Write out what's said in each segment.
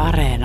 Areena.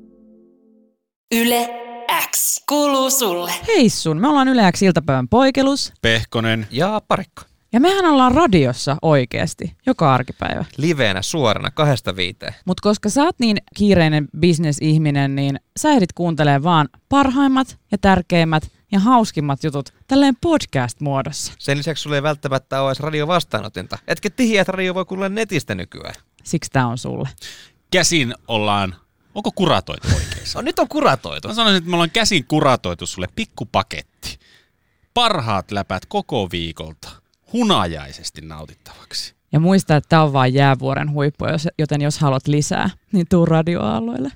Yle X kuuluu sulle. Hei sun, me ollaan Yle X iltapäivän poikelus. Pehkonen. Ja Parikko. Ja mehän ollaan radiossa oikeasti, joka arkipäivä. Liveenä suorana 2-5. Mutta koska sä oot niin kiireinen bisnesihminen, niin sä ehdit kuuntelemaan vaan parhaimmat ja tärkeimmät ja hauskimmat jutut tälleen podcast-muodossa. Sen lisäksi sulla ei välttämättä ole edes radiovastaanotinta. Etkä tihiä, että radio voi kuulla netistä nykyään. Siksi tää on sulle. Käsin ollaan, onko kuratoitu oikein? No, nyt on kuratoitu. Mä sanoisin, että me ollaan käsin kuratoitu sulle pikkupaketti. Parhaat läpät koko viikolta. Hunajaisesti nautittavaksi. Ja muista, että tää on vaan jäävuoren huippu, joten jos haluat lisää, niin tuu radioaalloille.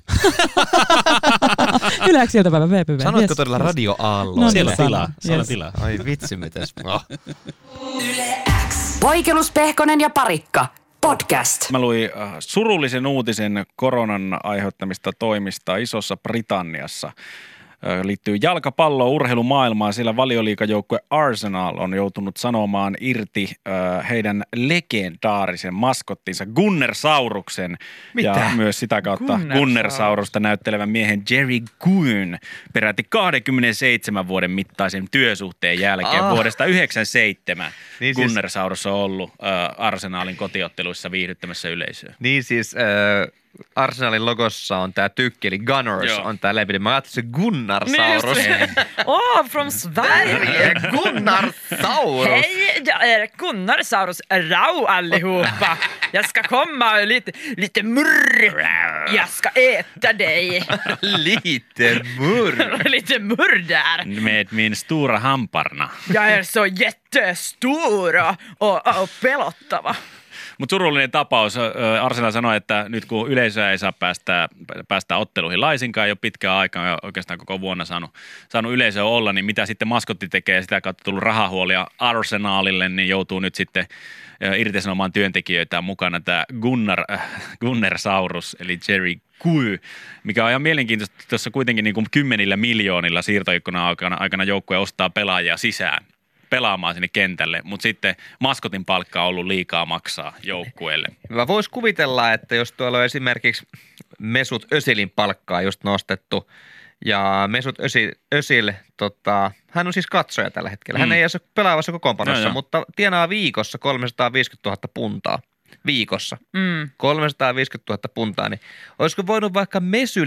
Yle X iltapäivä VPV. Sanoitko todella radioaalloille? No, Siellä niin, tilaa, siellä yes. tilaa. Ai vitsi, mitäs. Oh. Yle X. Poikelus, Pehkonen ja Parikka. Podcast. Mä luin surullisen uutisen koronan aiheuttamista toimista Isossa Britanniassa. Liittyy jalkapalloon, urheilumaailmaan, sillä valioliigajoukkue Arsenal on joutunut sanomaan irti heidän legendaarisen maskottinsa Gunnersauruksen. Mitä? Ja myös sitä kautta Gunnersaurusta näyttelevän miehen Jerry Gwyn peräti 27 vuoden mittaisen työsuhteen jälkeen vuodesta 1997 Niin siis- Gunnersaurus on ollut Arsenalin kotiotteluissa viihdyttämässä yleisöä. Niin siis Arsenalin logossa on tää tykki, eli Gunners Joo. on tää lepidi. Mä ajattelin se Gunnarsaurus. Åh, från Sverige! Gunnarsaurus! Hej, jag är Gunnarsaurus Rau allihopa. Jag ska komma lite murr. Jag ska äta dig. Lite murr. Lite murr där. Med min stora hamparna. Jag är så jättestor och pelottava. Mutta surullinen tapaus. Arsenal sanoi, että nyt kun yleisöä ei saa päästä otteluihin laisinkaan, ei ole pitkään aikaa ja oikeastaan koko vuonna saanut yleisöä olla, niin mitä sitten maskotti tekee ja sitä kautta tullut rahahuolia Arsenalille, niin joutuu nyt sitten irtisanomaan työntekijöitä mukana tämä Gunnersaurus, eli Jerry Gwyn, mikä on ihan mielenkiintoista, tuossa kuitenkin niin kuin 10 miljoonilla siirtoikkunan aikana joukkue ostaa pelaajia sisään pelaamaan sinne kentälle, mutta sitten maskotin palkka on ollut liikaa maksaa joukkueelle. Mä vois kuvitella, että jos tuolla on esimerkiksi Mesut Özilin palkkaa just nostettu, ja Mesut Özil, hän on siis katsoja tällä hetkellä. Hän ei edes ole pelaavassa kokoonpanossa, mutta tienaa viikossa 350 000 puntaa. Viikossa. 350 000 puntaa, niin olisiko voinut vaikka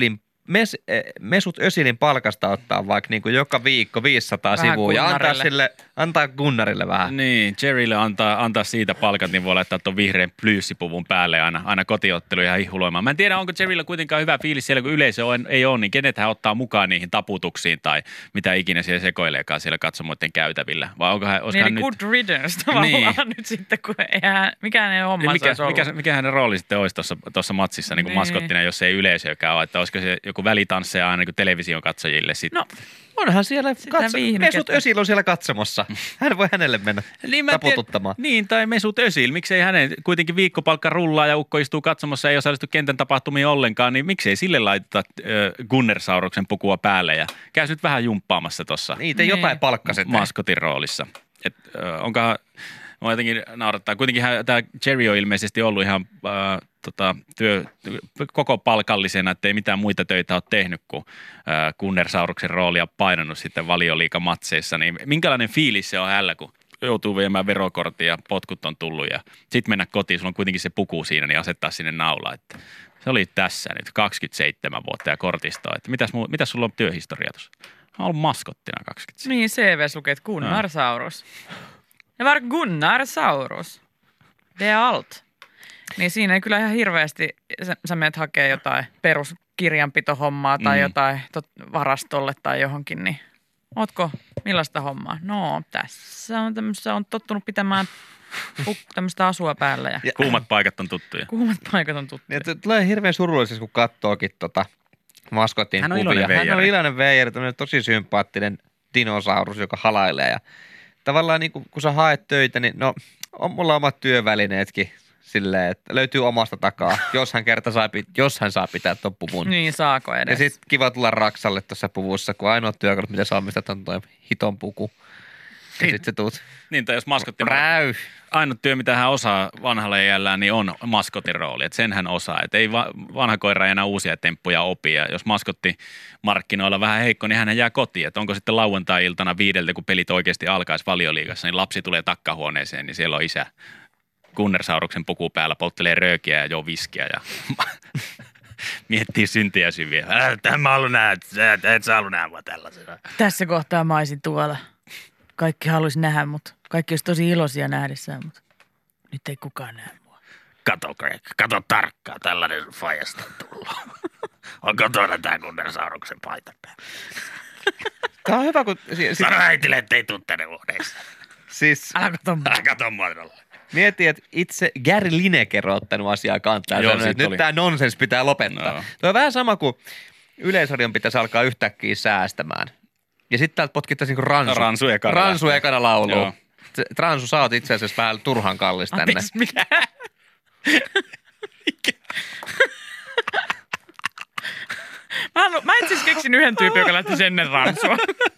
Mesut Özilin palkasta ottaa vaikka niin kuin joka viikko 500 Vähän sivua ja Gunnarille. antaa Gunnarille vähän. Niin, Jerrylle antaa siitä palkat, niin voi laittaa tuon vihreän plyyssipuvun päälle aina kotiotteluja ja hihuloimaan. Mä en tiedä, onko Jerryllä kuitenkaan hyvä fiilis siellä, kun yleisö ei ole, niin kenet hän ottaa mukaan niihin taputuksiin tai mitä ikinä siellä sekoileekaan siellä katsomoiden käytävillä. Vai onko hän, Niin good riddance tavallaan nyt sitten, kun mikään ei ole hommansa olisi ollut. Mikä hänen rooli sitten olisi tuossa matsissa niin kuin maskottina, jos ei yleisöäkään ole, että olisiko se joku välitansseja aina niin television katsojille sitten? No, Onhan siellä viihnykettä. Mesut Özil on siellä katsomassa. Hän voi hänelle mennä tapututtamaan. Niin, tai Mesut Özil. Miksei hänen kuitenkin viikkopalkka rullaa ja ukko istuu katsomassa ja ei osallistu kentän tapahtumiin ollenkaan, niin miksei sille laiteta Gunnersauruksen pukua päälle ja käy nyt vähän jumppaamassa tuossa Niitä jotain palkkaset. maskotin roolissa. Onkohan, mä jotenkin naurattaa. Kuitenkin tämä Jerry on ilmeisesti ollut ihan koko palkallisena, että ei mitään muita töitä ole tehnyt kuin Gunnersauruksen roolia painanut sitten Valioliigamatseissa, niin minkälainen fiilis se on hänellä, kun joutuu viemään verokortin ja potkut on tullut ja sitten mennä kotiin, sulla on kuitenkin se puku siinä, niin asettaa sinne naula, että se oli tässä nyt 27 vuotta ja kortistoa, että mitäs sulla on työhistoria tuossa? Mä oon ollut maskottina 27. Niin, CV:ssä lukee, että Gunnarsaurus. Ja var Gunnarsaurus. Det är allt. Niin siinä ei kyllä ihan hirveästi, sä menet hakee jotain peruskirjanpitohommaa tai jotain varastolle tai johonkin, niin ootko millaista hommaa? No, tässä on tottunut pitämään tämmöistä asua päällä. Ja Kuumat paikat on tuttuja. kuumat paikat on tuttuja. Ja tulee hirveän surulliseksi, kun katsookin maskotin Hän on kuvia. iloinen veijari. Hän on iloinen veijari, tämmöinen tosi sympaattinen dinosaurus, joka halailee. Ja tavallaan niin kun sä haet töitä, niin no on mulla omat työvälineetkin silleen, että löytyy omasta takaa, jos hän saa pitää tuon puvun. Niin, saako edes? Ja sitten kiva tulla Raksalle tuossa puvussa, kun ainoa työkalut, mitä saa mistä on toi hiton puku. Ja sit sä tuut. Niin, tai jos maskotti... Räy. Ainut työ, mitä hän osaa vanhalla iällään, niin on maskotin rooli. Että sen hän osaa. Että ei vanha koira enää uusia temppuja opi. Ja jos maskotti markkinoilla vähän heikko, niin hän jää kotiin. Että onko sitten lauantai-iltana 5, kun pelit oikeasti alkaisi Valioliigassa, niin lapsi tulee takkahuoneeseen, niin siellä on isä Gunnersauruksen puku päällä, polttelee röökiä ja joo viskiä ja miettii syntiä syviä. Tähän mä haluan nähdä, et sä halua nähdä mua tällaisena. Tässä kohtaa mä olisin tuolla. Kaikki haluaisi nähdä, mutta kaikki olisi tosi iloisia nähdessään, mutta nyt ei kukaan näe mua. Kato Greg, kato tarkkaan, tällainen fajasta on tullut. On kotona tää Gunnersauruksen paita päällä. Tää on hyvä, kun... Sano äitille, ettei tuu tänne huoneeseen. Siis Älä kato mua. Älä kato mua. mieti, että itse Gary Lineker on ottanut asiaa kantaa. Joo, sanonut, että nyt tämä nonsens pitää lopettaa. No. Tuo on vähän sama kuin Yleisradion pitäisi alkaa yhtäkkiä säästämään. Ja sitten täältä potkittaisiin niin Ransu ekana lauluun. Transu, sä oot itse asiassa vähän turhan kallis tänne. Anteeksi, mitä? Mä itse asiassa keksin yhden tyypin, joka lähti ennen Ransua.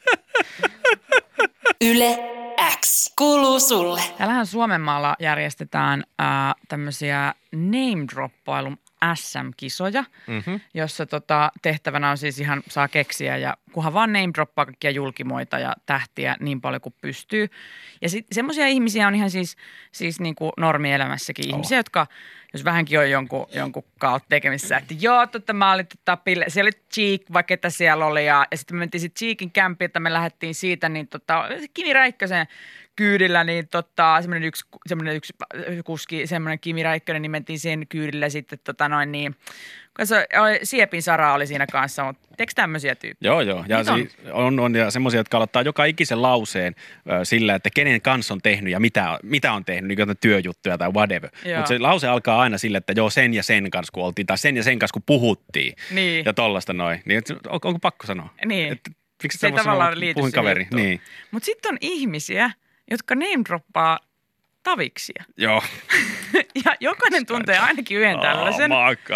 Yle X kuuluu sulle. Täällähän Suomenmaalla järjestetään tämmöisiä name-droppailun SM-kisoja, jossa tehtävänä on siis ihan saa keksiä ja kunhan vaan name-droppaa kaikkia julkimoita ja tähtiä niin paljon kuin pystyy. Ja sitten semmoisia ihmisiä on ihan siis niin kuin normielämässäkin ihmisiä, jotka jos vähänkin on jonkun kautta tekemissä, että joo, mä olin siellä oli Cheek, vaikka ketä siellä oli ja sitten me mentiin sitten Cheekin kämpiin, että me lähdettiin siitä, niin Kimi Räikkösen kyydillä, niin semmoinen yksi kuski, semmoinen Kimi Räikkönen, niin mentiin sen kyydillä sitten niin, kun se oli, Siepin Sara oli siinä kanssa, mutta teekö tämmöisiä tyyppejä? Joo. Ja on ja semmoisia, jotka aloittaa joka ikisen lauseen sillä, että kenen kanssa on tehnyt ja mitä on tehnyt, niin kuin työjuttuja tai whatever. Mutta se lause alkaa aina sillä, että joo, sen ja sen kanssa kun oltiin, tai sen ja sen kanssa kun puhuttiin. Niin. Ja tollaista noin. Niin, onko pakko sanoa? Niin. Että, se ei tavallaan liity puhuin kaveri. Niin. Mutta sitten on ihmisiä, jotka name-droppaa taviksia. Joo. Ja jokainen tuntee ainakin yhden tällaisen.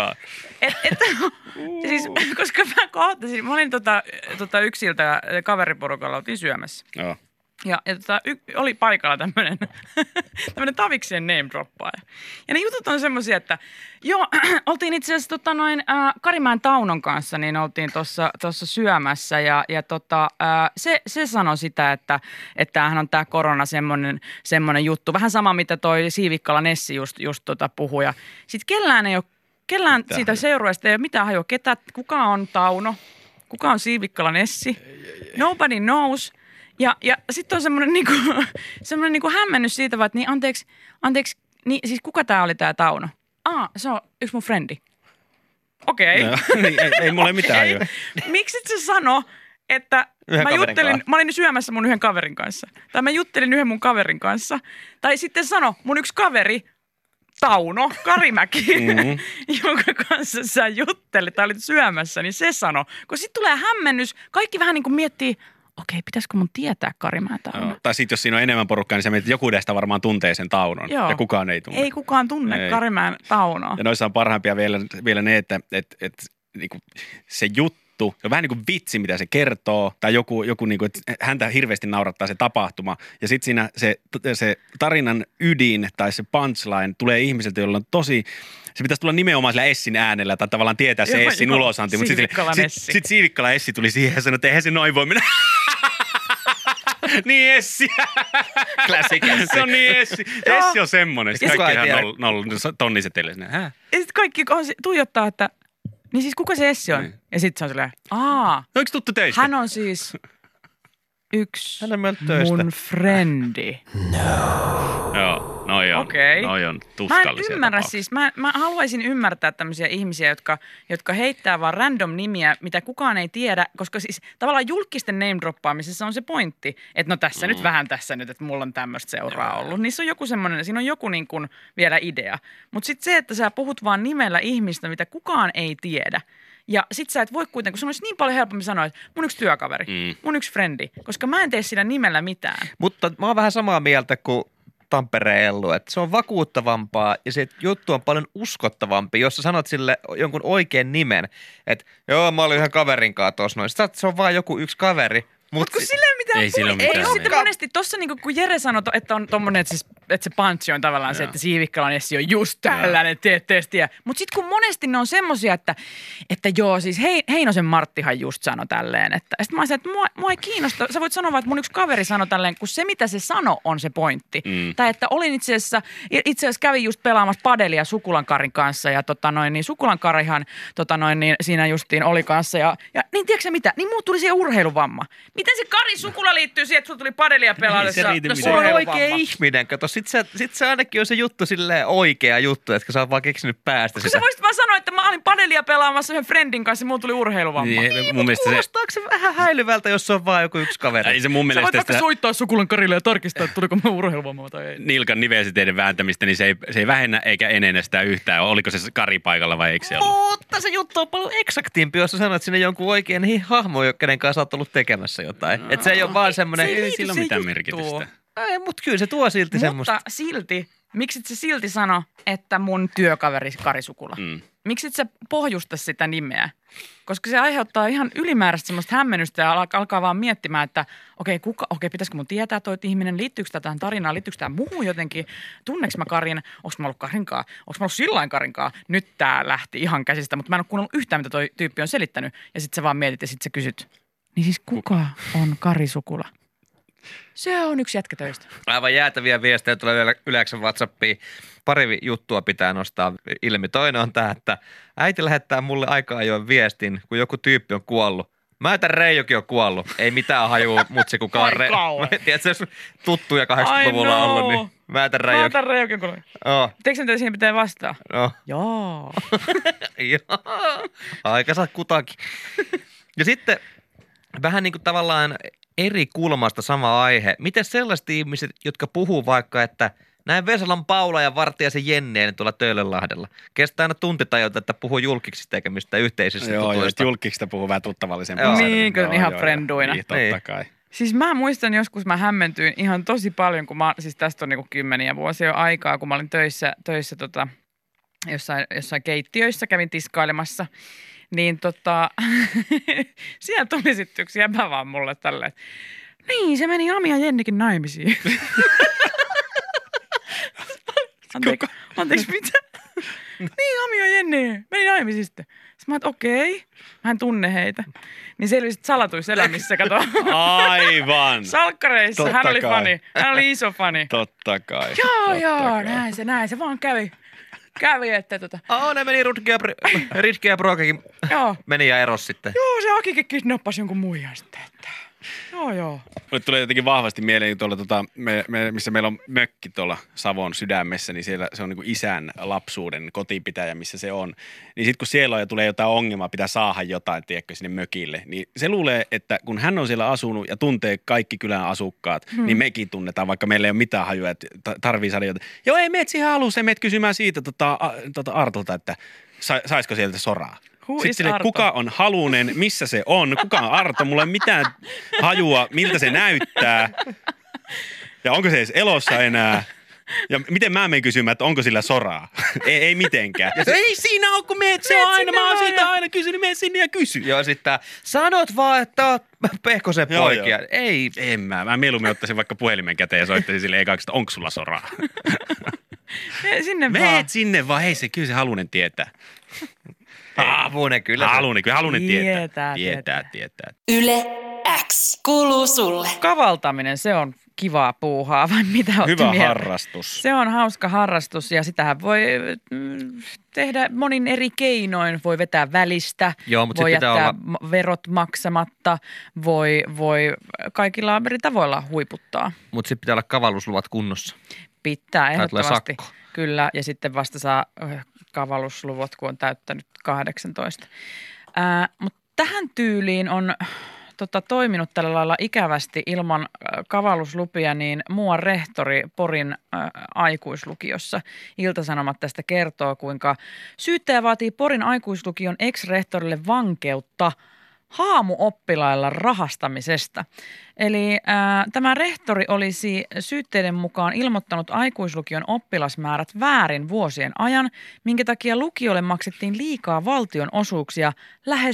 Siis, koska mä kohtasin, mä olin yksiltä kaveriporukalla, oltiin syömässä. Joo. Ja oli paikalla tämmöinen taviksien name-droppaaja. Ja ne jutut on semmoisia, että joo, oltiin itse asiassa Karimäen Taunon kanssa, niin oltiin tuossa syömässä ja se sanoi sitä, että tämähän on tämä korona semmoinen juttu. Vähän sama, mitä toi Siivikkala Nessi just puhui. Ja sitten kellään siitä seurueesta ei ole mitään hajua. Kuka on Tauno? Kuka on Siivikkala Nessi? Nobody knows. Ja sitten on semmoinen niinku hämmennys siitä, vaan, että niin anteeksi, niin siis kuka tää oli tää Tauno? Se on yksi mun frendi. Okei. No, niin, ei mulle mitään jo. Miksi et sä sano, että mä olin syömässä mun yhden kaverin kanssa. Tai mä juttelin yhden mun kaverin kanssa. Tai sitten sano, mun yksi kaveri, Tauno Karimäki, jonka kanssa sä juttelit tai olit syömässä, niin se sano. Kun sitten tulee hämmennys, kaikki vähän niin kuin miettii, okei, pitäisikö mun tietää Karimäen Tauno? Tai sitten jos siinä on enemmän porukkaa, niin sä mietit, että joku tästä varmaan tuntee sen Taunon. Ja kukaan ei tunne. Ei kukaan tunne Karimäen Taunoa. Ja noissa on parhaimpia vielä ne, että niinku se juttu, on vähän niin kuin vitsi, mitä se kertoo, tai joku niin kuin, että häntä hirveästi naurattaa se tapahtuma. Ja sitten siinä se tarinan ydin tai se punchline tulee ihmiseltä, jolla on tosi... Se pitäisi tulla nimenomaan sillä Essin äänellä tai tavallaan tietää se Essin ulosanti. Mutta sitten Siivikkala Essi tuli siihen ja sanoi, että eihän se noin voi mennä. Niin Essi. Classic Essi. Se on niin Essi. Essi on semmoinen. Sitten kaikki ihan tonniset teille sinne. Ja sitten kaikki tuijottaa, että niin siis kuka se Essi on? Ja sitten se on silleen, Onko tuttu teistä? Hän on siis yksi mun frendi. Joo, noi on tuskallisia. Mä en ymmärrä siis, mä haluaisin ymmärtää tämmöisiä ihmisiä, jotka heittää vaan random nimiä, mitä kukaan ei tiedä, koska siis tavallaan julkisten name-droppaamisessa on se pointti, että no tässä nyt vähän tässä nyt, että mulla on tämmöistä seuraa ollut. Niissä on joku semmoinen, siinä on joku niin kuin vielä idea. Mutta sitten se, että sä puhut vaan nimellä ihmistä, mitä kukaan ei tiedä. Ja sit sä et voi kuitenkin, kun se olisi niin paljon helpommin sanoa, että mun yksi työkaveri, mun yksi frendi, koska mä en tee sillä nimellä mitään. Mutta mä oon vähän samaa mieltä kuin Tampereen Ellu, että se on vakuuttavampaa ja se juttu on paljon uskottavampi, jos sä sanot sille jonkun oikean nimen, että joo, mä olin yhden kaverin kanssa tuossa noin. Se on vaan joku yksi kaveri. Mutta kun silleen Ei sillä ole mitään. Sitten monesti tossa niinku, kun Jere sanoi, että on tommonen, että se punch on tavallaan se, että Siivikkalan Essi on just tällainen, tiedä. Mutta sitten kun monesti ne on semmosia, että joo, siis Heinosen Marttihan just sanoi tälleen. Sitten mä olisin, että mua ei kiinnosta. Sä voit sanoa vaan, että mun yksi kaveri sanoi tälleen, kun se mitä se sanoi on se pointti. Tai että olin itse asiassa kävin just pelaamassa padelia Sukulan Karin kanssa ja niin Sukulan Karihan niin siinä justiin oli kanssa ja niin tiedätkö sä mitä? Niin muut tuli siihen urheiluvamma. Miten se Kari Sukula liittyy siihen, että sulla tuli padelia pelaadessa? Se on oikea ihminen. Kato, sit se ainakin on se juttu silleen oikea juttu, että sä oot vaan keksinyt päästä sitä. Kun sä voisit vaan sanoa, että mä olin padelia pelaamassa yhden friendin kanssa ja mulla tuli urheiluvamma. Niin, mun mielestä kuulostaako se vähän häilyvältä, jos se on vaan joku yksi kaveri? Ei se mun mielestä sä voit vaikka soittaa Sukulan Karille ja tarkistaa, että tuliko mä urheiluvamma tai ei. Nilkan nivelsiteiden vääntämistä, niin se ei vähennä eikä enene sitä yhtään. Oliko se Kari paikalla vai eikö se ollut? Mutta se juttu on paljon eksaktiimpi, jos sä sanot sinne jonkun oikein hahmo, kenen kanssa oot ollut tekemässä jotain. Että se ei ole vaan semmoinen... Ei sillä ole mitään merkitystä. Ei, mutta kyllä se tuo silti semmoista. Mutta silti, miksi et sä silti sano, että mun työkaveri Kari Sukula? Miksi et sä pohjusta sitä nimeä? Koska se aiheuttaa ihan ylimääräistä semmoista hämmennystä ja alkaa vaan miettimään, että okei, pitäisikö mun tietää toi ihminen, liittyykö tämä tähän tarinaan, liittyykö tämä muuhun jotenkin, tunneeko mä Karin, onko mä ollut Karinkaan, onko mä ollut sillain Karinkaan. Nyt tää lähti ihan käsistä, mutta mä en ole kuunnellut yhtään, mitä toi tyyppi on selittänyt. Ja sit sä vaan mietit ja sit sä kysyt, niin siis kuka on Kari Sukula? Se on yksi jätkä töistä. Aivan jäätäviä viestejä tulee vielä Yleksän WhatsAppiin. Pari juttua pitää nostaa ilmi. Toinen on tämä, että äiti lähettää mulle aika ajoin viestin, kun joku tyyppi on kuollut. Mä tämän Reijokin on kuollut. Ei mitään hajua mutsi kukaan. Tiedätkö, jos tuttuja 80-luvulla on ollut, niin mä tämän Reijokin on kuollut. Tiedätkö mitä siihen pitää vastaa? Joo. Aika saa kutakin. Ja sitten vähän niin kuin tavallaan eri kulmasta sama aihe. Miten sellaiset ihmiset, jotka puhuu vaikka, että näin Vesalan Paula ja Vartiaisen Jenneen tuolla Töölönlahdella. Kestää aina tunti tajuta, että puhuu julkiksista eikä mistään yhteisistä tutuista. Joo, julkiksista puhuu vähän tuttavallisemmin. Niin, kuin ihan frenduina. Niin, totta kai. Siis mä muistan joskus, mä hämmentyin ihan tosi paljon, kun siis tästä on niinku kymmeniä vuosia jo aikaa, kun mä olin töissä jossain keittiöissä, kävin tiskailemassa. Niin siellä tuli sitten yksi jäbä vaan mulle tälleen, niin se meni Ami ja Jennikin naimisiin. Anteeksi, mitä? Niin, Ami ja Jenni meni naimisiin sitten. Sitten mä oon, okei, mä en tunne heitä. Niin selvisi salatuissa elämissä, kato. Aivan. Salkkareissa, Totta hän oli kai. fani, hän oli iso fani. Totta kai. Joo, näin se vaan kävi, että Ne meni Ritke ja Brokekin meni ja eros sitten. Joo, se Akikin kidnappasi jonkun muijan sitten, että joo. Mulle tulee jotenkin vahvasti mieleen tuolla, missä meillä on mökki tuolla Savon sydämessä, niin siellä se on niin kuin isän lapsuuden kotipitäjä, missä se on. Niin sitten kun siellä on ja tulee jotain ongelmaa, pitää saada jotain, tiedätkö, sinne mökille, niin se luulee, että kun hän on siellä asunut ja tuntee kaikki kylän asukkaat, niin mekin tunnetaan, vaikka meillä ei ole mitään hajua, että tarvii saada jotain. Joo, ei meet siihen alussa, meet kysymään siitä Artolta, että saisiko sieltä soraa. Sitten sille, kuka on Halunen, missä se on, kuka on Arto, mulla ei mitään hajua, miltä se näyttää ja onko se edes elossa enää. Ja miten mä menen kysymään, että onko sillä soraa? ei mitenkään. Ja ei siinä ole, kun meet se aina, mä oon siitä aina kysynyt, mene sinne ja kysy. Joo, sitten sanot vaan, että oot Pehkosen poikia. Joo. Ei, en mä mieluummin ottaisin vaikka puhelimen käteen ja soittaisin sille ekaksi, että onko sulla soraa? Meet sinne vaan, hei se, kyllä se Halunen tietää. Halunen kyllä. Halunen tietää. Yle X kuuluu sulle. Kavaltaminen, se on kivaa puuhaa, vai mitä olette Hyvä mieltä? harrastus. Se on hauska harrastus ja sitähän voi tehdä monin eri keinoin. Voi vetää välistä, joo, mutta voi jättää olla verot maksamatta, voi kaikilla eri tavoilla huiputtaa. Mutta sitten pitää olla kavallusluvat kunnossa. Pitää ehdottomasti. Kyllä, ja sitten vasta saa kavallusluvut, kun on täyttänyt 18. Mutta tähän tyyliin on toiminut tällä lailla ikävästi ilman kavalluslupia, niin muuan rehtori Porin aikuislukiossa. Ilta-Sanomat tästä kertoo, kuinka syyttäjä vaatii Porin aikuislukion ex-rehtorille vankeutta haamuoppilailla rahastamisesta. Eli tämä rehtori olisi syytteiden mukaan ilmoittanut aikuislukion oppilasmäärät väärin vuosien ajan, minkä takia lukiolle maksettiin liikaa valtion osuuksia lähes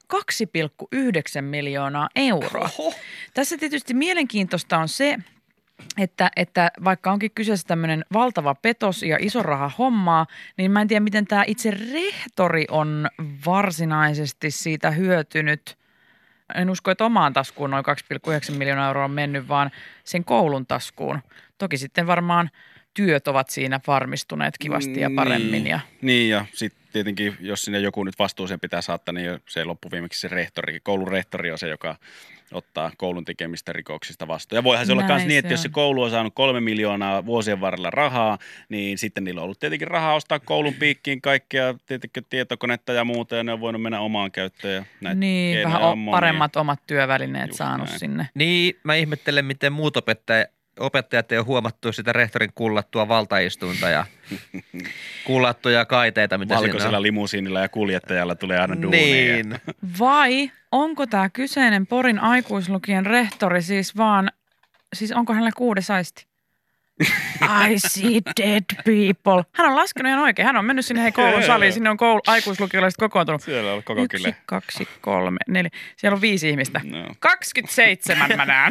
2,9 miljoonaa euroa. Tässä tietysti mielenkiintoista on se, että vaikka onkin kyseessä tämmöinen valtava petos ja iso raha hommaa, niin mä en tiedä, miten tämä itse rehtori on varsinaisesti siitä hyötynyt. En usko, että omaan taskuun noin 2,9 miljoonaa euroa on mennyt, vaan sen koulun taskuun. Toki sitten varmaan työt ovat siinä varmistuneet kivasti ja paremmin. Niin ja sitten tietenkin, jos sinne joku nyt vastuuseen pitää saattaa, niin se loppuviimeksi se rehtori, koulun rehtori on se, joka ottaa koulun tekemistä rikoksista vastuun. Ja voihan se olla myös niin, että jos se koulu on saanut 3 miljoonaa vuosien varrella rahaa, niin sitten niillä on ollut tietenkin rahaa ostaa koulun piikkiin kaikkea, tietenkin tietokonetta ja muuta, ja ne on voinut mennä omaan käyttöön. Ja niin, vähän paremmat omat työvälineet just saanut näin sinne. Niin, mä ihmettelen, miten muut opettajat ei ole huomattu sitä rehtorin kullattua valtaistuinta ja kullattuja kaiteita, mitä valkoisella limusiinilla ja kuljettajalla tulee aina duunia. Niin. Vai onko tämä kyseinen Porin aikuislukien rehtori siis onko hänellä 6 aisti? I see dead people. Hän on laskenut ihan oikein. Hän on mennyt sinne koulun saliin. Sinne on aikuislukiolaiset kokoontunut. Siellä on koko 1, 2, 3, 4. Siellä on 5 ihmistä. No. 27 mä näen.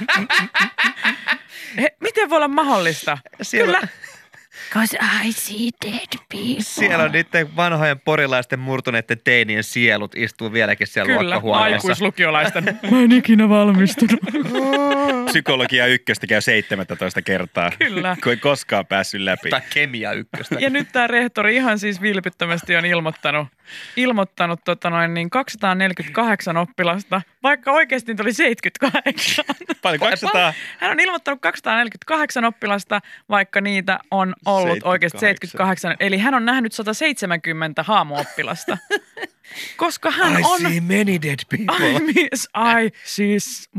Miten voi olla mahdollista? Siellä... Kyllä. Cause I see dead people. Siellä on niiden vanhojen porilaisten murtuneiden teinien sielut istuu vieläkin siellä luokkahuoneessa. Kyllä, aikuislukiolaisten. Mä en ikinä valmistunut. Psykologia 1 käy 17 kertaa. Kyllä. Kun ei koskaan päässyt läpi. Tai kemia 1. Ja nyt tämä rehtori ihan siis vilpittömästi on ilmoittanut 248 oppilasta, vaikka oikeasti niitä oli 78. Paljon 200? Hän on ilmoittanut 248 oppilasta, vaikka niitä on ollut 78. Oikeasti 78. Eli hän on nähnyt 170 haamuoppilasta. Koska hän on... I see many dead people. I see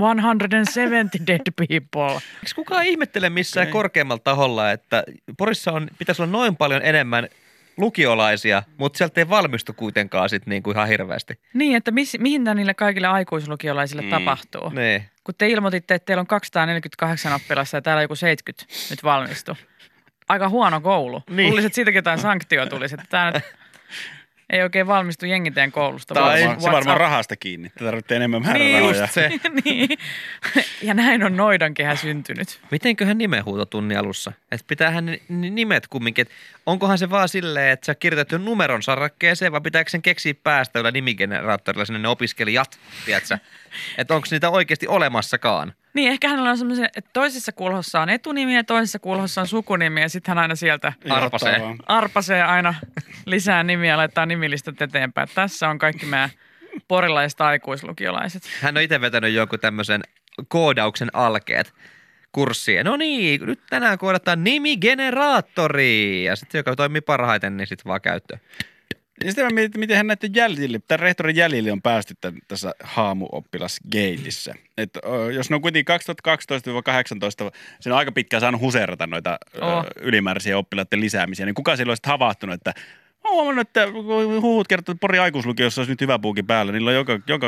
170 dead people. Eikö kukaan ihmettele missään korkeammalla taholla, että Porissa pitäisi olla noin paljon enemmän lukiolaisia, mutta sieltä ei valmistu kuitenkaan sit niin kuin ihan hirveästi. Niin, että mihin niille kaikille aikuislukiolaisille tapahtuu? Niin. Kun te ilmoititte, että teillä on 248 oppilasta ja täällä joku 70 nyt valmistuu. Aika huono koulu. Niin. Luulisin, että siitäkin jotain sanktio tulisi. Että tämä nyt ei oikein valmistu jengiteen koulusta. Tai se varmaan rahasta kiinni. Te tarvitsee enemmän määrärahoja. Niin just se. Niin. Ja näin on noidankehä syntynyt. Mitenköhän nimenhuuto tunnin alussa? Että pitäähän nimet kumminkin. Et onkohan se vaan silleen, että sä kirjoitat jo numeron sarrakkeeseen, vai pitääkö sen keksiä päästä jolla nimigeneraattorilla sinne ne opiskelijat, tiedätkö? Että onko niitä oikeasti olemassakaan? Niin, ehkä hänellä on semmoisia, että toisessa kulhossa on etunimi ja toisessa kulhossa on sukunimi ja sitten hän aina sieltä arpasee aina lisää nimiä ja laittaa nimilistat eteenpäin. Tässä on kaikki meidän porilaiset aikuislukiolaiset. Hän on itse vetänyt jonkun tämmöisen koodauksen alkeet kurssiin. No niin, nyt tänään koodataan nimigeneraattori ja sitten joka toimii parhaiten, niin sitten vaan käyttöön. Ja sitten mä mietin, miten hän näiden jäljille, tämän rehtorin jäljille on päästy tässä haamuoppilasgeitissä. Että jos ne on kuitenkin 2012-2018, sen on aika pitkään saanut huseerata noita ylimääräisiä oppilaiden lisäämisiä, niin kuka silloin olisi havahtunut, että mä huomannut, että huhut kertoo, että Porin aikuislukiossa olisi nyt hyvä puukin päällä, niillä on joka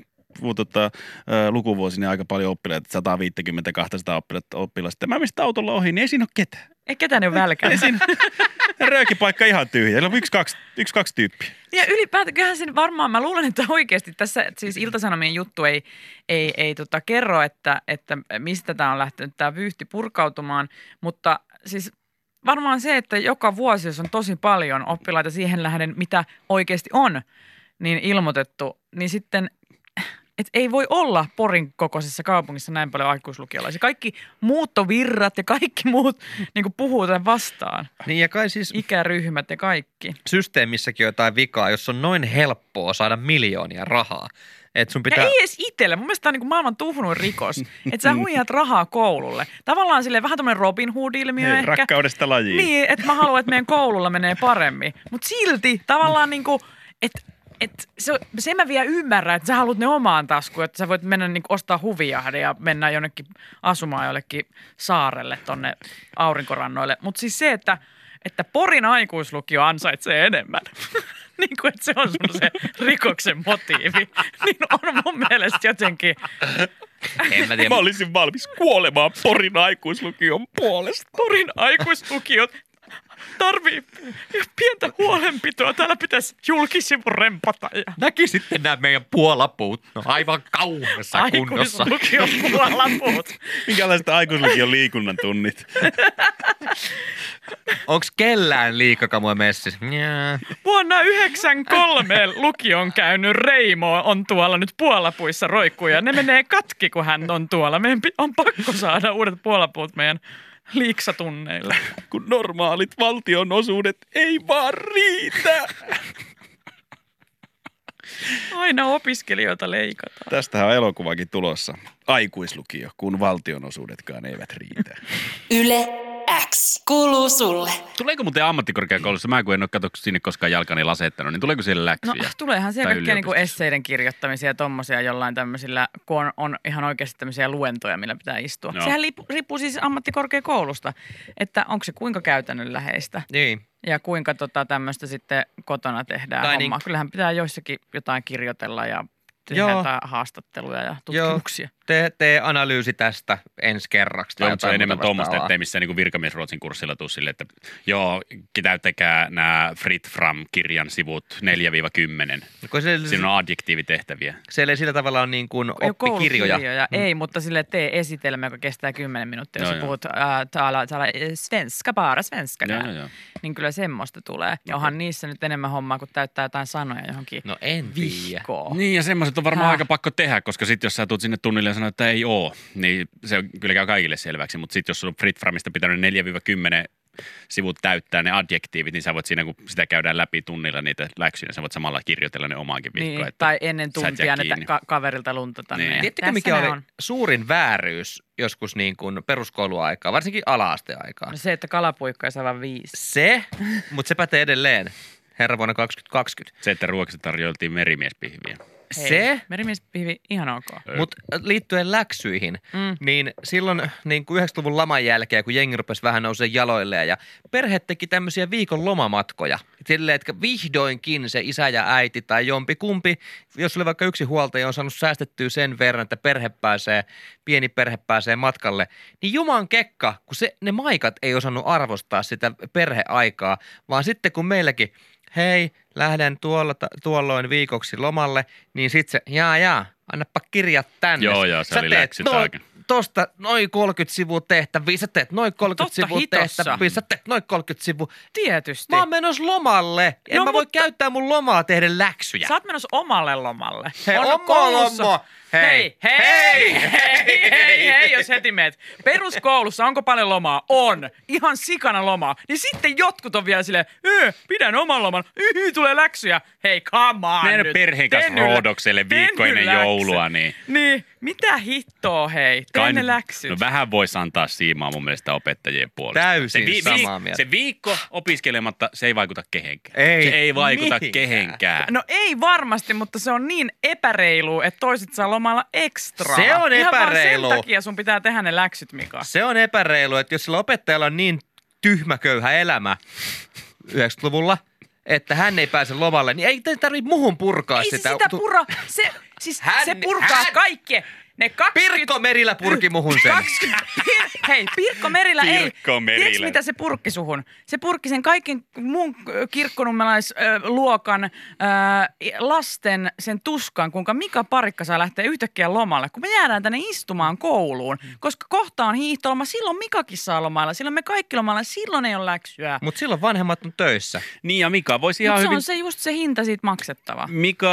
lukuvuosi niin aika paljon oppilaita, 150-200 oppilasta. Mä mistä autolla ohi, niin ei siinä ole ketään. Ei ketään ne ole välkänä. Röökipaikka ihan tyhjä. Siellä on yksi, kaksi tyyppiä. Ja ylipäätään kyllähän sen varmaan, mä luulen, että oikeasti tässä siis Ilta-Sanomien juttu ei kerro, että mistä tämä on lähtenyt tämä vyyhti purkautumaan, mutta siis varmaan se, että joka vuosi, jos on tosi paljon oppilaita siihen nähden, mitä oikeasti on, niin ilmoitettu, niin sitten että ei voi olla Porin kokoisessa kaupungissa näin paljon aikuislukiolaisia. Kaikki muuttovirrat ja kaikki muut niin puhuu tämän vastaan. Niin ja kai siis ikäryhmät ja kaikki. Systeemissäkin on jotain vikaa, jos on noin helppoa saada miljoonia rahaa. Et sun pitää... Ja ei edes itselle. Mun mielestä tämä on niin maailman tuhnuin rikos, että sä huijaat rahaa koululle. Tavallaan silleen vähän tämmöinen Robin Hood-ilmiö niin, ehkä. Rakkaudesta lajiin. Niin, että mä haluan, että meidän koululla menee paremmin. Mutta silti tavallaan niin kuin, että se mä vielä ymmärrän, että sä haluat ne omaan taskuun, että sä voit mennä niin ostaa huvijahde ja mennä jonnekin asumaan jollekin saarelle tonne aurinkorannoille. Mutta siis se, että Porin aikuislukio ansaitsee enemmän, niin kuin että se on sun se rikoksen motiivi, niin on mun mielestä jotenkin... Mä olisin valmis kuolemaan Porin aikuislukion puolesta. Porin aikuislukiot tarvii pientä huolenpitoa. Täällä pitäisi julkisivun rempata. Näki sitten nämä meidän puolapuut. No aivan kauheassa kunnossa. Aikuislukion puolapuut. Minkälaiset aikuislukion liikunnan tunnit? Onks kellään liikakamua messissä? Vuonna 1993 lukion käynyt Reimo on tuolla nyt puolapuissa roikkuu ja ne menee katki, kun hän on tuolla. Meidän on pakko saada uudet puolapuut meidän liiksatunneille. Kun normaalit valtionosuudet ei vaan riitä. Aina opiskelijoita leikataan. Tästähän on elokuvakin tulossa. Aikuislukio, kun valtionosuudetkaan eivät riitä. Yle X kuuluu sulle. Tuleeko muuten ammattikorkeakoulussa, mä kun en ole katsottu sinne koskaan jalkani lasettanut, niin tuleeko siellä läksyjä? No tuleehan siellä Tai kaikkia niinku yliopistossa? esseiden kirjoittamisia ja tommosia jollain tämmöisillä, kun on ihan oikeasti tämmöisiä luentoja, millä pitää istua. Joo. Sehän riippuu siis ammattikorkeakoulusta, että onko se kuinka käytännönläheistä Niin. ja kuinka tämmöistä sitten kotona tehdään Tai hommaa. niin- Kyllähän pitää joissakin jotain kirjoitella ja Joo. tehdä haastatteluja ja tutkimuksia. Tee analyysi tästä ensi kerraksi. tai Joo, mutta se on jotain enemmän muuta tuommoista, vastaavaa. ettei missään niin virkamiesruotsin kurssilla tuu sille, että joo, täyttäkää nämä Fritt Fram-kirjan sivut 4-10. Kun Siinä on adjektiivitehtäviä. siellä ei sillä tavalla ole niin kuin Ei ole oppikirjoja. koulukirjoja. Ei, mutta sille tee esitelmä, joka kestää 10 minuuttia. Jos Joo, sä joo. puhut täällä svenska, bara svenska, Joo. niin kyllä semmoista tulee. Ja onhan niissä nyt enemmän hommaa, kun täyttää jotain sanoja johonkin No en tiedä. vihkoon. Niin, ja semmoiset on varmaan Häh? aika pakko tehdä, koska sitten jos sä tulet sinne tunnille ja sanot, että ei oo, niin se kyllä käy kaikille selväksi. Mutta sitten jos sulla on Fritt Framista pitänyt 4-10 sivut täyttää ne adjektiivit, niin sä voit siinä, kun sitä käydään läpi tunnilla niitä läksyjä, sä voit samalla kirjoitella ne omaankin vihkoon. Niin, että tai ennen sä et jää tuntia ne kiinni. kaverilta luntata. Niin. Ne. Tiedättekö, Tässä mikä ne oli on. suurin vääryys joskus niin kuin peruskouluaikaa, varsinkin ala-asteaikaa? No se, että kalapuikka ei saa vaan 5. Se, mutta se pätee edelleen, herra vuonna 2020. se, että ruoksi tarjoiltiin merimiespihviä. Se, Merimiespihvi, ihan ok. mutta liittyen läksyihin, niin silloin niin kuin 90-luvun laman jälkeen, kun jengi rupesi vähän nousemaan jaloilleen ja perhe teki tämmöisiä viikon lomamatkoja. Silleen, että vihdoinkin se isä ja äiti tai jompikumpi, jos oli vaikka yksi huoltaja, on saanut säästettyä sen verran, että pieni perhe pääsee matkalle, niin juman kekka, kun ne maikat ei osannut arvostaa sitä perheaikaa, vaan sitten kun meilläkin hei, lähden tuolloin viikoksi lomalle, niin sit se, annapa kirjat tänne. Joo, se oli läksyt aika. Tosta noin 30 sivua tehtäviä, sä teet noin 30 Totta sivua hitossa. tehtäviä, sä teet noin 30 sivua. Tietysti. Mä oon menossa lomalle, en No, mä voi mutta- käyttää mun lomaa tehdä läksyjä. Sä oot menossa omalle lomalle. Hei, On oma koulussa- loma. Hei, jos heti meet. Peruskoulussa onko paljon lomaa? On. Ihan sikana lomaa. Niin sitten jotkut on vielä silleen, pidän oman loman. Tulee läksyjä. Hei, come on Mennä nyt. perheen kanssa Tee nyt Roodokselle viikko ennen läksy. joulua, niin Niin, mitä hittoa hei? Tee ne läksyt. No vähän voisi antaa siimaa mun mielestä opettajien puolesta. Täysin samaa mieltä. Se viikko opiskelematta, se ei vaikuta kehenkään. Ei. Se ei vaikuta Mihinkään. kehenkään. No ei varmasti, mutta se on niin epäreilu, että toiset saa lomailla ekstraa. Se on Ihan epäreilu. vaan sen takia sun pitää tehdä ne läksyt, Mika. Se on epäreilu, että jos sillä opettajalla on niin tyhmäköyhä elämä 90-luvulla, että hän ei pääse lomalle, niin ei tarvitse muhun purkaa Ei sitä. se sitä purra. Se purkaa kaikki. Ne 20... Pirkko Merillä purki muhun sen. Hei, Pirkko Merillä ei. Pirkko Merillä. Tiedätkö, mitä se purkki suhun? Se purkki sen kaiken muun kirkkonummelaisluokan lasten sen tuskan, kuinka Mika Parikka saa lähteä yhtäkkiä lomalle. Kun me jäädään tänne istumaan kouluun, koska kohta on hiihtoloma, silloin Mikakin saa lomailla, silloin me kaikki lomailla, silloin ei ole läksyä. Mutta silloin vanhemmat on töissä. Niin ja Mika voisi ihan Mutta se hyvin... on se just se hinta siitä maksettava.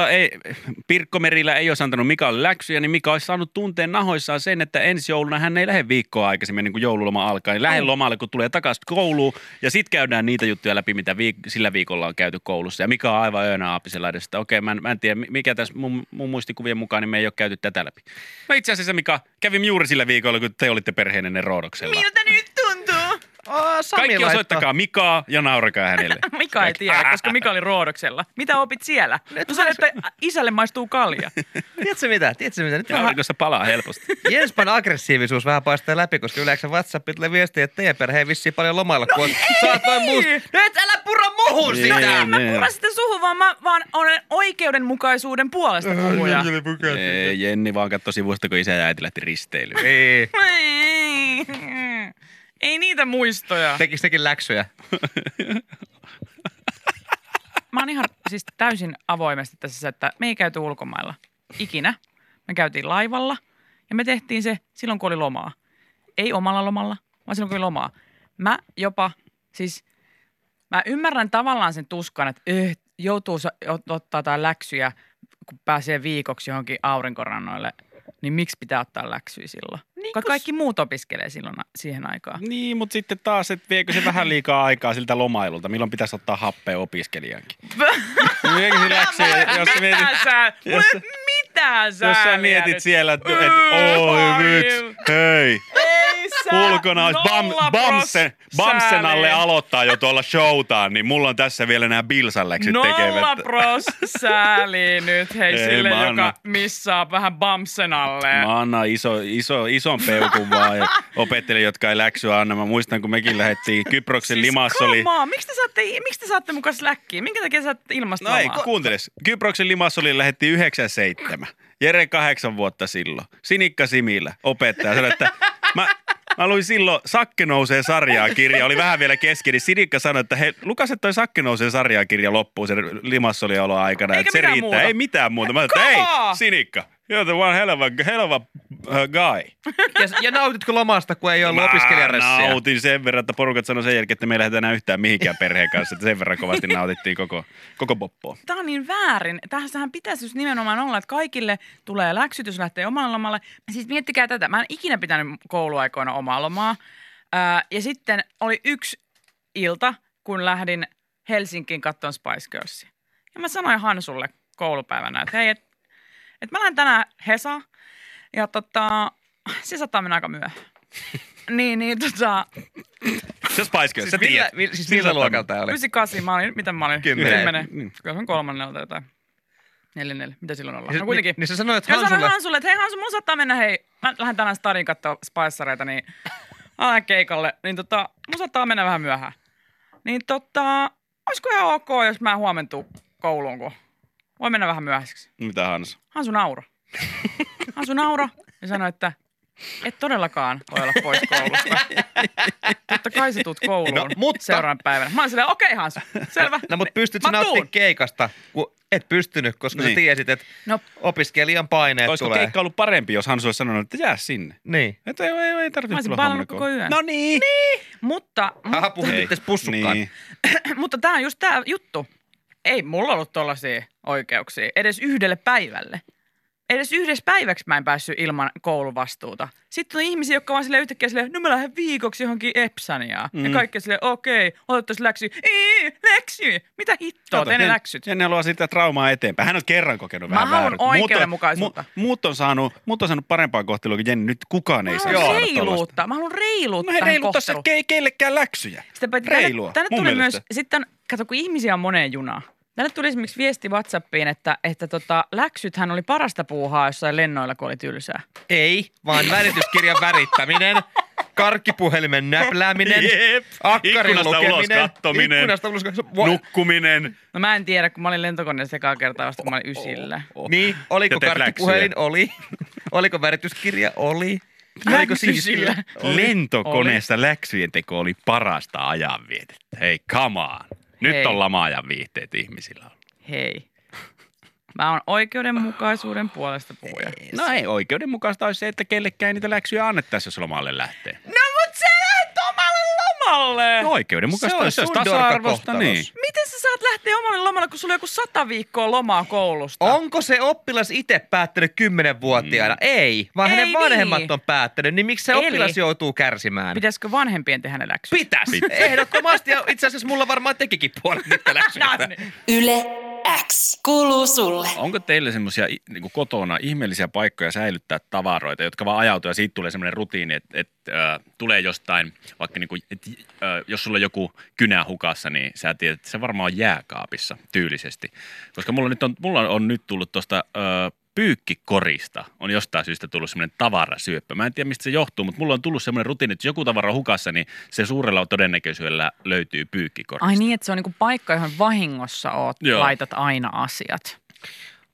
Pirkko Merillä ei olisi antanut Mikalle läksyjä, niin Mika olisi saanut tunteen nahoissaan sen, että ensi jouluna hän ei lähde viikkoa aikaisemmin, niin kuin joululoma alkaa. Niin lähde lomalle, kun tulee takaisin kouluun ja sitten käydään niitä juttuja läpi, mitä sillä viikolla on käyty koulussa. Ja Mika on aivan öönä aapisella edes, että okei, mä en tiedä, mikä tässä mun muistikuvien mukaan, niin me ei ole käyty tätä läpi. No itse asiassa Mika, kävin juuri sillä viikolla, kun te olitte perheenenne Roodoksella. Miltä nyt tuntuu? Kaikki osoittakaa Mikaa ja naurakaa hänelle. Mika ei tiedä, koska Mika oli Roodoksella. Mitä opit siellä? No sä, että isälle maistuu kalja. Tiedätkö mitä? Nyt Ja aurinkossa palaa helposti. Jenspan aggressiivisuus vähän paistaa läpi, koska yleensä WhatsAppit tulee viestiä, että teidän perhe ei vissiin paljon lomailla, kun saat noin muust. Nyt älä purra muhun sitä! Mä pura sitä suhun, vaan mä olen oikeudenmukaisuuden puolesta puhuja. Jenni vaan katsoi sivusta, kun isä ja äiti lähti risteilyyn. Ei. Ei niitä muistoja. Tekis nekin läksyjä? Mä oon ihan siis täysin avoimesti tässä, että me ei käyty ulkomailla ikinä. Me käytiin laivalla ja me tehtiin se silloin, kun oli lomaa. Ei omalla lomalla, vaan silloin, kun oli lomaa. Mä ymmärrän tavallaan sen tuskan, että joutuu ottaa jotain läksyjä, kun pääsee viikoksi johonkin aurinkorannoille, niin miksi pitää ottaa läksyjä silloin? Niin, kaikki muut opiskelee silloin siihen aikaan. Niin, mutta sitten taas, että viekö se vähän liikaa aikaa siltä lomailulta? Milloin pitäisi ottaa happea opiskelijankin? Viekö se läksyjä, jos sä mietit... Mitä sä Jos sä mietit siellä, että oi vitsi, hei. Ulkona olisi Bamsen alle aloittaa jo tuolla showtaan, niin mulla on tässä vielä nämä Bilsan-läksyt tekevät. 0% sääli nyt sille, joka missaa vähän Bamsen alle. Mä annan ison peukun vaan ja opettelijat, jotka ei läksyä anna. Mä muistan, kun mekin lähdettiin Kyproksen Limassa oli... Miksi te saatte mukaan läkkiä? Minkä takia saatte ilmasta No ei, kuunteles. Kyproksen Limassa oli lähdettiin 9-7. Jere 8 vuotta silloin. Sinikka Simillä opettaja sanoi, että mä luin silloin Sakke nousee sarjaa -kirja, oli vähän vielä kesken, niin Sinikka sanoi, että hei, lukas, että toi Sakke nousee sarjaa -kirja loppuu sen Limassoli-olon aikana. Eikä että se mitään riittää, muuta. ei mitään muuta. Mä sanoin, että hei, Sinikka, you're the one hell of a guy. Ja nautitko lomasta, kun ei ollut opiskelijaressiä? Mä nautin sen verran, että porukat sanoi sen jälkeen, että me ei lähdetä enää yhtään mihinkään perheen kanssa, että sen verran kovasti nautittiin koko poppoa. Tämä on niin väärin. Tässähän pitäisi just nimenomaan olla, että kaikille tulee läksytys, lähtee omalle lomalle. Siis miettikää tätä. Mä en ikinä pitänyt kouluaikoina omaa lomaa. Ja sitten oli yksi ilta, kun lähdin Helsinkiin katsomaan Spice Girlsia. Ja mä sanoin Hansulle koulupäivänä, että hei, että mä lähden tänään Hesaan. Ja se saattaa mennä aika myöhään. Se Spice Girls, sä tiedät. Siis millä luokalta tämä oli? 98, mä olin 10. Kyllä se on 3. tai 4. Mitä silloin ollaan? No kuitenkin. Niin sä sanoit Hansulle. Hansulle. Hansulle, että hei Hansu, mun saattaa mennä, hei. Mä lähden tänään stadin katsoa Spicereita, niin mä lähden keikalle. Niin mun saattaa mennä vähän myöhään. Niin olisiko ihan ok, jos mä huomentuu kouluun, kun voi mennä vähän myöhäiseksi. Mitä Hansu? Hansu nauro ja sanoi, että et todellakaan voi olla pois koulusta. Totta kai sä tuut kouluun seuraavan päivänä. Mä olin silleen, okei Hansu, selvä. No mutta pystyt sä nauttimaan keikasta, kun et pystynyt, koska sä tiesit, että opiskelijan paineet olisiko tulee. keikka ollut parempi, jos Hansu olisi sanonut, että jää sinne? Niin. Että ei tarvitse Mä olisin tulla bailannut koko yön. No niin. Mutta Puhuttiin pussukkaan. Niin. mutta tää on just tää juttu. Ei mulla ollut tollaisia oikeuksia edes yhdelle päivälle. Edes yhdessä päiväksi mä en päässyt ilman kouluvastuuta. Sitten on ihmisiä, jotka vaan silleen yhtäkkiä silleen, no mä lähden viikoksi johonkin Epsaniaan. Ja kaikki silleen, okei, otettaisiin läksyä. Ei, läksyä. Mitä hittoa, tee ne läksyt. Jenni haluaa sitä traumaa eteenpäin. Hän on kerran kokenut vähän haluan oikeudenmukaisuutta. Muut on saanut parempaa kohtelua kuin Jenni. Nyt kukaan ei saa Mä haluan saada reiluutta. Mä haluan reiluutta No tähän reiluttaa se kohteluun. kellekään läksyjä. Reilua. Tänne mun tuli mielestä. myös, sitten kato kun ihmisiä on moneen junaan. Tänne tuli esimerkiksi viesti WhatsAppiin, että läksythän oli parasta puuhaa jossain lennoilla, kun oli tylsää. Ei, vaan värityskirjan värittäminen, karkkipuhelimen näplääminen, akkarin Ikkunasta ulos lukeminen, kattominen, ikkunasta ulos nukkuminen. No mä en tiedä, kun mä olin lentokoneessa ekaa kertaa vasta, kun mä olin ysillä. Niin, oliko Ja teet karkkipuhelin? läksyjä. Oli. Oliko värityskirja? Oli. Mä Oliko ysillä. Lentokoneessa läksyjen teko oli parasta ajanvietettä. Hei, come on. Nyt Hei. on lama-ajan viihteet ihmisillä ollut. Hei. Mä oon oikeudenmukaisuuden puolesta puhuja. No ei, oikeudenmukaista olisi se, että kellekään ei niitä läksyjä annettaisi, jos lomalle lähtee. No mut sä lähet omalle lomalle! No oikeudenmukaista Se on olisi sun tasa-arvosta. dorkakohtaus. Niin. Miten sä saat lähteä omalle lomalle, kun sulla on joku 100 viikkoa lomaa koulusta? Onko se oppilas itse päättänyt 10-vuotiaana? Ei, vaan hänen Ei vanhemmat niin. on päättänyt. Niin miksi se Eli- oppilas joutuu kärsimään? Pitäisikö vanhempien tehdä ne läksyt? Pitäis. Ehdottomasti. Ja itse asiassa mulla varmaan tekikin puolet niitä läksyistä. Yle X kuuluu sulle. Onko teille semmoisia niin kotona ihmeellisiä paikkoja säilyttää tavaroita, jotka vaan ajautuu ja siitä tulee semmoinen rutiini, että tulee jostain, vaikka niin kuin, jos sulla on joku kynä hukassa, niin sä tiedät, että se varmaan on jääkaapissa tyylisesti. Koska mulla on nyt tullut tuosta pyykkikorista on jostain syystä tullut semmoinen tavarasyöppä. Mä en tiedä, mistä se johtuu, mutta mulla on tullut semmoinen rutiini, että jos joku tavara on hukassa, niin se suurella todennäköisyydellä löytyy pyykkikorista. Ai niin, että se on niinku paikka, johon vahingossa Joo. laitat aina asiat.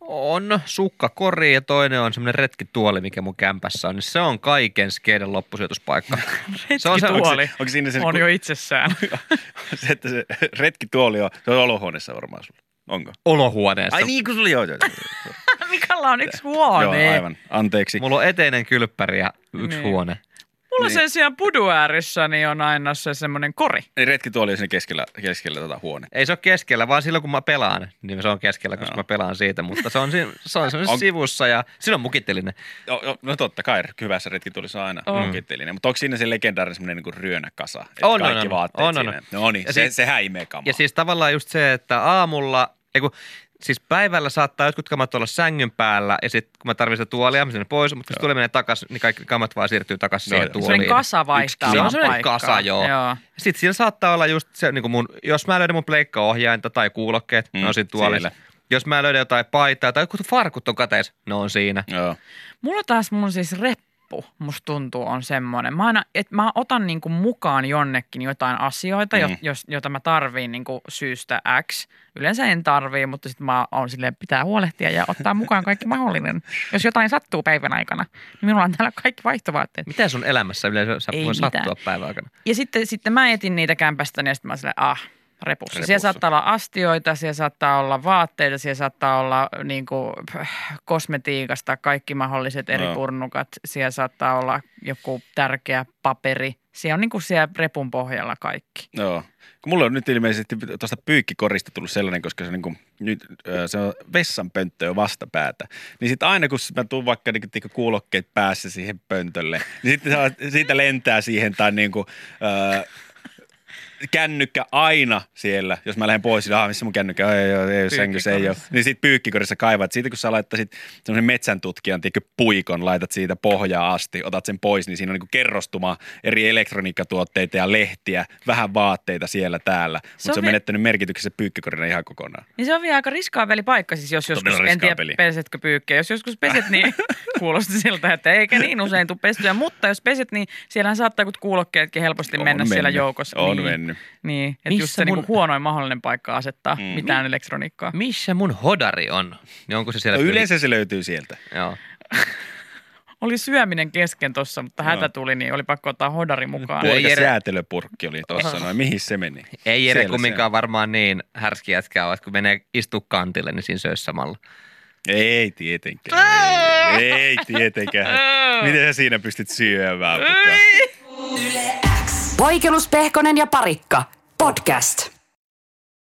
On sukkakori ja toinen on semmoinen retkituoli, mikä mun kämpässä on. Niin se on kaiken skeiden loppusijoituspaikka. Retkituoli onko siinä se, on jo itsessään. se, että se retkituoli se on olohuoneessa varmaan sulla. Onko? Olohuoneessa. Ai niin kuin sulla joo. Mikalla on yksi huone. Joo, aivan. Anteeksi. Mulla on eteinen kylppäri ja yksi huone. Mulla sen sijaan Buduäärissä niin on aina se semmoinen kori. Eli retkituoli on siinä keskellä huone. Ei se ole keskellä, vaan silloin kun mä pelaan, niin se on keskellä, koska mä pelaan siitä. Mutta se on semmoisessa sivussa ja siinä on mukittelinen. No totta kai, hyvässä retkituolissa on aina mukittelinen. Mutta onko siinä se legendaarinen semmoinen niin ryönäkasa? On. Kaikki vaatteet siinä. No niin, sehän imee kamaa. Ja siis tavallaan just se, että aamulla, siis päivällä saattaa jotkut kamat olla sängyn päällä ja sitten kun mä tarvitsen sitä tuolia, mä sinne pois, mutta kun se tuoli menee takaisin, niin kaikki kamat vaan siirtyy takaisin siihen tuoliin. Se on kasa vaihtaa Se on sellainen kasa, joo. Sitten siinä saattaa olla just se, niin kuin jos mä löydän mun pleikkaohjainta tai kuulokkeet, ne on siinä tuolissa. Jos mä löydän jotain paitaa tai jotkut farkut on kateessa, ne on siinä. Joo. Mulla taas mun siis musta tuntuu on semmoinen. Mä otan niinku mukaan jonnekin jotain asioita, joita mä tarviin niinku syystä X. Yleensä en tarvii, mutta sitten mä oon silleen, pitää huolehtia ja ottaa mukaan kaikki mahdollinen. Jos jotain sattuu päivän aikana, niin minulla on täällä kaikki vaihtovaatteet. Mitä sun elämässä yleensä voi sattua päivän aikana? Ja sitten mä etin niitä kämpästäni ja sitten mä oon silleen, repussa. Siellä saattaa olla astioita, siellä saattaa olla vaatteita, siellä saattaa olla niinku kosmetiikasta kaikki mahdolliset eri purnukat. Siellä saattaa olla joku tärkeä paperi. Siellä on niinku siellä repun pohjalla kaikki. Joo. Kun mulla on nyt ilmeisesti tuosta pyykkikorista tullut sellainen, koska se, niinku, nyt, se on vessanpönttö jo vastapäätä. Niin sitten aina kun mä tuun vaikka niinku, kuulokkeet päässä siihen pöntölle, niin sitten siitä lentää siihen tai niinku... kännykkä aina siellä, jos mä lähden pois, niin missä mun kännykkä, ei sängyssä, ei ole. Niin sit pyykkikorissa kaivat. Siitä kun sä laittaisit semmoisen metsäntutkijan, puikon, laitat siitä pohjaa asti, otat sen pois, niin siinä on niinku kerrostuma eri elektroniikkatuotteita ja lehtiä, vähän vaatteita siellä täällä. Mutta se on menettänyt merkityksessä pyykkikorina ihan kokonaan. Niin se on vielä aika riskaapeli paikka, siis jos joskus, en tiedä pesetkö pyykkiä, jos joskus peset, niin kuulosti siltä, että eikä niin usein tule pestyä, mutta jos peset, niin siellähän saattaa kuulokkeetkin helposti mennä siellä joukossa. On mennyt. Niin, että just se niinku huonoin mahdollinen paikka asettaa mitään elektroniikkaa. Missä mun hodari on? Niin onko se siellä? Yleensä se löytyy sieltä. Joo. Oli syöminen kesken tossa, mutta hätä tuli, niin oli pakko ottaa hodari mukaan. Puolikas säätelöpurkki oli tossa noin. Mihin se meni? Ei Jere kumminkaan varmaan niin härski jätkää, että kun menee istua kantille, niin siinä söisi samalla. Ei tietenkään. Ei tietenkään. Miten sä siinä pystyt syömään? Yle X. Voikelus, Pehkonen ja Parikka. Podcast.